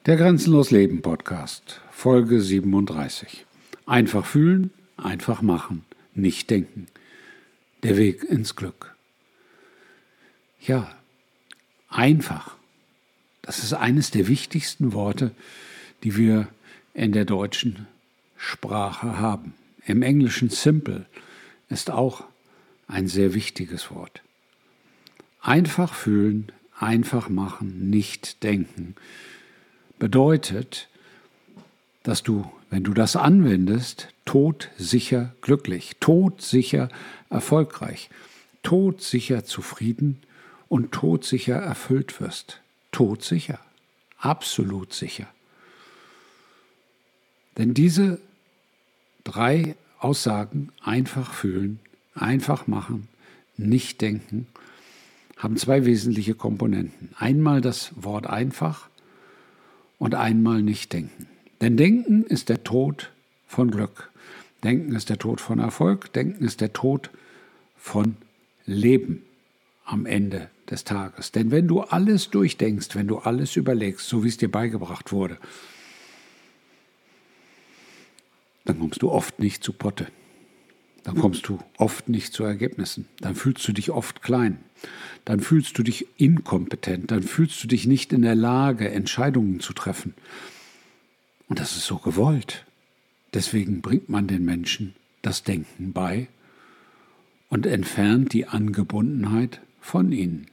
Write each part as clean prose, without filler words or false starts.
Der Grenzenlos Leben Podcast, Folge 37. Einfach fühlen, einfach machen, nicht denken. Der Weg ins Glück. Ja, einfach. Das ist eines der wichtigsten Worte, die wir in der deutschen Sprache haben. Im Englischen simple ist auch ein sehr wichtiges Wort. Einfach fühlen, einfach machen, nicht denken bedeutet, dass du, wenn du das anwendest, todsicher glücklich, todsicher erfolgreich, todsicher zufrieden und todsicher erfüllt wirst. Todsicher, absolut sicher. Denn diese 3 Aussagen, einfach fühlen, einfach machen, nicht denken, haben 2 wesentliche Komponenten. Einmal das Wort einfach und einmal nicht denken. Denn Denken ist der Tod von Glück. Denken ist der Tod von Erfolg. Denken ist der Tod von Leben am Ende des Tages. Denn wenn du alles durchdenkst, wenn du alles überlegst, so wie es dir beigebracht wurde, dann kommst du oft nicht zu Potte. Dann kommst du oft nicht zu Ergebnissen. Dann fühlst du dich oft klein. Dann fühlst du dich inkompetent. Dann fühlst du dich nicht in der Lage, Entscheidungen zu treffen. Und das ist so gewollt. Deswegen bringt man den Menschen das Denken bei und entfernt die Angebundenheit von ihnen.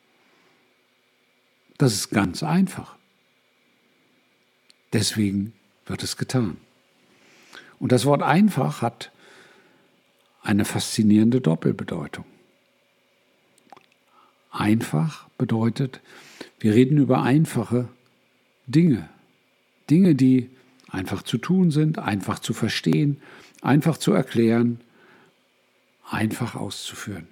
Das ist ganz einfach. Deswegen wird es getan. Und das Wort einfach hat eine faszinierende Doppelbedeutung. Einfach bedeutet, wir reden über einfache Dinge. Dinge, die einfach zu tun sind, einfach zu verstehen, einfach zu erklären, einfach auszuführen.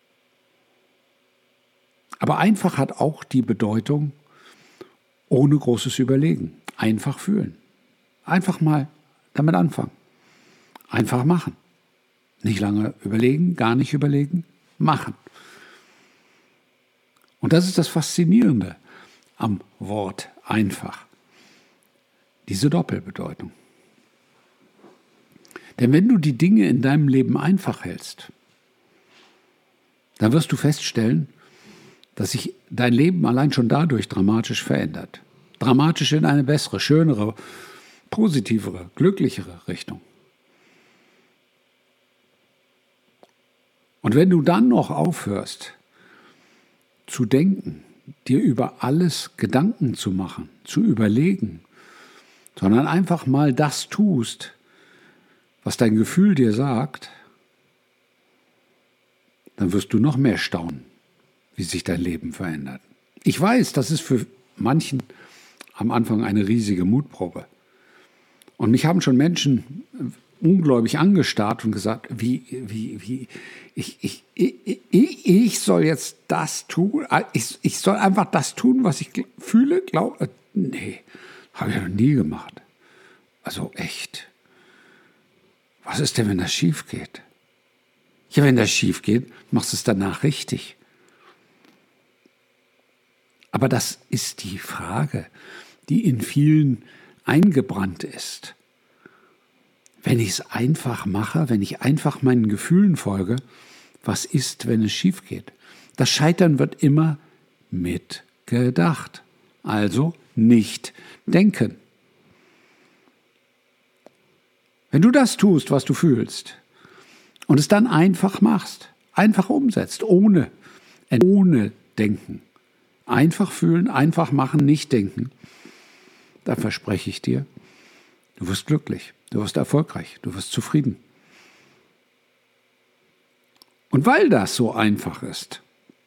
Aber einfach hat auch die Bedeutung, ohne großes Überlegen, einfach fühlen. Einfach mal damit anfangen. Einfach machen. Nicht lange überlegen, gar nicht überlegen, machen. Und das ist das Faszinierende am Wort einfach. Diese Doppelbedeutung. Denn wenn du die Dinge in deinem Leben einfach hältst, dann wirst du feststellen, dass sich dein Leben allein schon dadurch dramatisch verändert. Dramatisch in eine bessere, schönere, positivere, glücklichere Richtung. Und wenn du dann noch aufhörst zu denken, dir über alles Gedanken zu machen, zu überlegen, sondern einfach mal das tust, was dein Gefühl dir sagt, dann wirst du noch mehr staunen, wie sich dein Leben verändert. Ich weiß, das ist für manchen am Anfang eine riesige Mutprobe. Und mich haben schon Menschen ungläubig angestarrt und gesagt, ich soll jetzt das tun, ich soll einfach das tun, was ich fühle, glaube, nee, habe ich noch nie gemacht. Also echt, was ist denn, wenn das schief geht? Ja, wenn das schief geht, machst du es danach richtig. Aber das ist die Frage, die in vielen eingebrannt ist. Wenn ich es einfach mache, wenn ich einfach meinen Gefühlen folge, was ist, wenn es schief geht? Das Scheitern wird immer mitgedacht. Also nicht denken. Wenn du das tust, was du fühlst, und es dann einfach machst, einfach umsetzt, ohne denken, einfach fühlen, einfach machen, nicht denken, dann verspreche ich dir, du wirst glücklich. Du wirst erfolgreich, du wirst zufrieden. Und weil das so einfach ist,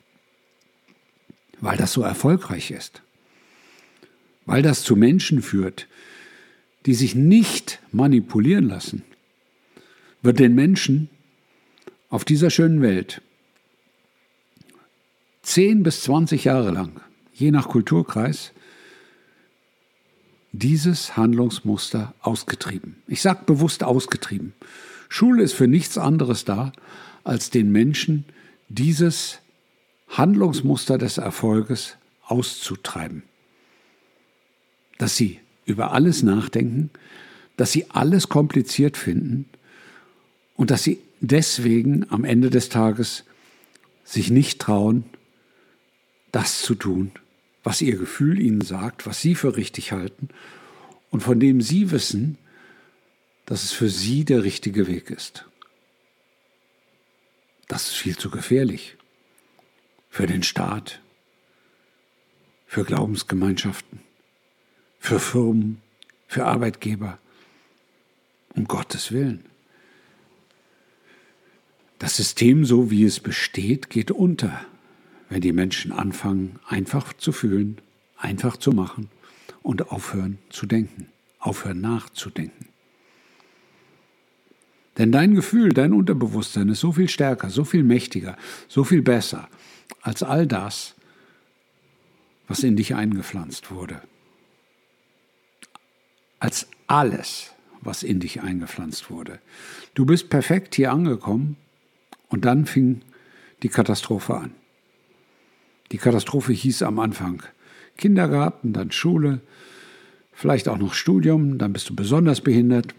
weil das so erfolgreich ist, weil das zu Menschen führt, die sich nicht manipulieren lassen, wird den Menschen auf dieser schönen Welt 10 bis 20 Jahre lang, je nach Kulturkreis, dieses Handlungsmuster ausgetrieben. Ich sage bewusst ausgetrieben. Schule ist für nichts anderes da, als den Menschen dieses Handlungsmuster des Erfolges auszutreiben. dass sie über alles nachdenken, dass sie alles kompliziert finden und dass sie deswegen am Ende des Tages sich nicht trauen, das zu tun, was ihr Gefühl ihnen sagt, was sie für richtig halten und von dem sie wissen, dass es für sie der richtige Weg ist. Das ist viel zu gefährlich für den Staat, für Glaubensgemeinschaften, für Firmen, für Arbeitgeber. Um Gottes Willen. Das System, so wie es besteht, geht unter, wenn die Menschen anfangen, einfach zu fühlen, einfach zu machen und aufhören zu denken, aufhören nachzudenken. Denn dein Gefühl, dein Unterbewusstsein ist so viel stärker, so viel mächtiger, so viel besser als all das, was in dich eingepflanzt wurde. Als alles, was in dich eingepflanzt wurde. Du bist perfekt hier angekommen und dann fing die Katastrophe an. Die Katastrophe hieß am Anfang Kindergarten, dann Schule, vielleicht auch noch Studium, dann bist du besonders behindert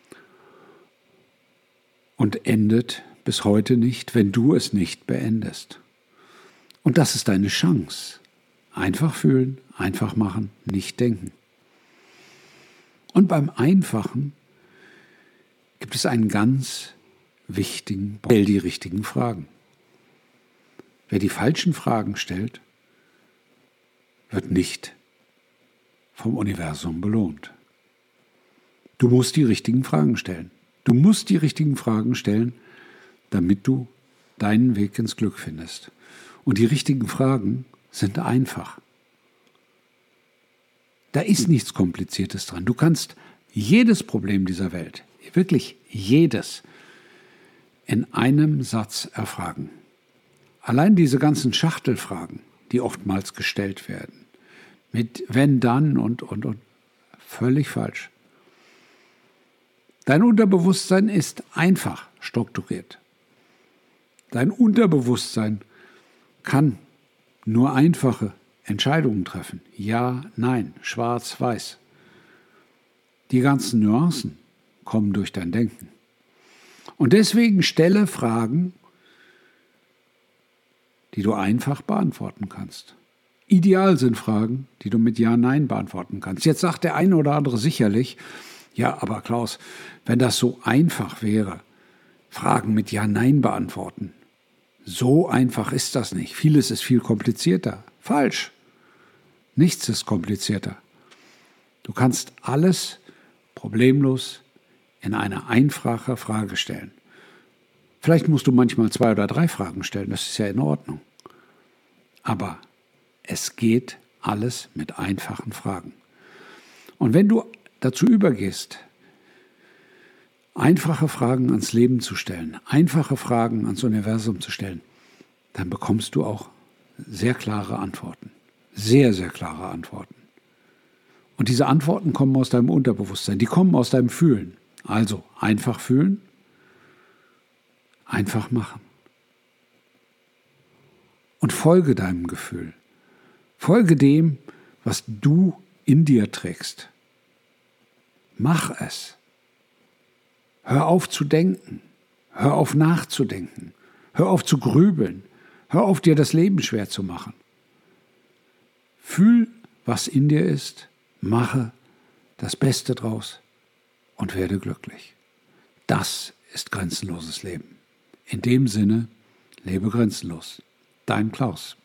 und endet bis heute nicht, wenn du es nicht beendest. Und das ist deine Chance. Einfach fühlen, einfach machen, nicht denken. Und beim Einfachen gibt es einen ganz wichtigen Punkt. Stell die richtigen Fragen. Wer die falschen Fragen stellt, wird nicht vom Universum belohnt. Du musst die richtigen Fragen stellen. Du musst die richtigen Fragen stellen, damit du deinen Weg ins Glück findest. Und die richtigen Fragen sind einfach. Da ist nichts Kompliziertes dran. Du kannst jedes Problem dieser Welt, wirklich jedes, in einem Satz erfragen. Allein diese ganzen Schachtelfragen, die oftmals gestellt werden, mit wenn, dann und, völlig falsch. Dein Unterbewusstsein ist einfach strukturiert. Dein Unterbewusstsein kann nur einfache Entscheidungen treffen. Ja, nein, schwarz, weiß. Die ganzen Nuancen kommen durch dein Denken. Und deswegen stelle Fragen, die du einfach beantworten kannst. Ideal sind Fragen, die du mit Ja, Nein beantworten kannst. Jetzt sagt der eine oder andere sicherlich, ja, aber Klaus, wenn das so einfach wäre, Fragen mit Ja, Nein beantworten. So einfach ist das nicht. Vieles ist viel komplizierter. Falsch. Nichts ist komplizierter. Du kannst alles problemlos in eine einfache Frage stellen. Vielleicht musst du manchmal 2 oder 3 Fragen stellen, das ist ja in Ordnung. Aber es geht alles mit einfachen Fragen. Und wenn du dazu übergehst, einfache Fragen ans Leben zu stellen, einfache Fragen ans Universum zu stellen, dann bekommst du auch sehr klare Antworten. Sehr, sehr klare Antworten. Und diese Antworten kommen aus deinem Unterbewusstsein, die kommen aus deinem Fühlen. Also einfach fühlen, einfach machen. Und folge deinem Gefühl. Folge dem, was du in dir trägst. Mach es. Hör auf zu denken. Hör auf nachzudenken. Hör auf zu grübeln. Hör auf, dir das Leben schwer zu machen. Fühl, was in dir ist, mache das Beste draus und werde glücklich. Das ist grenzenloses Leben. In dem Sinne, lebe grenzenlos. Dein Klaus.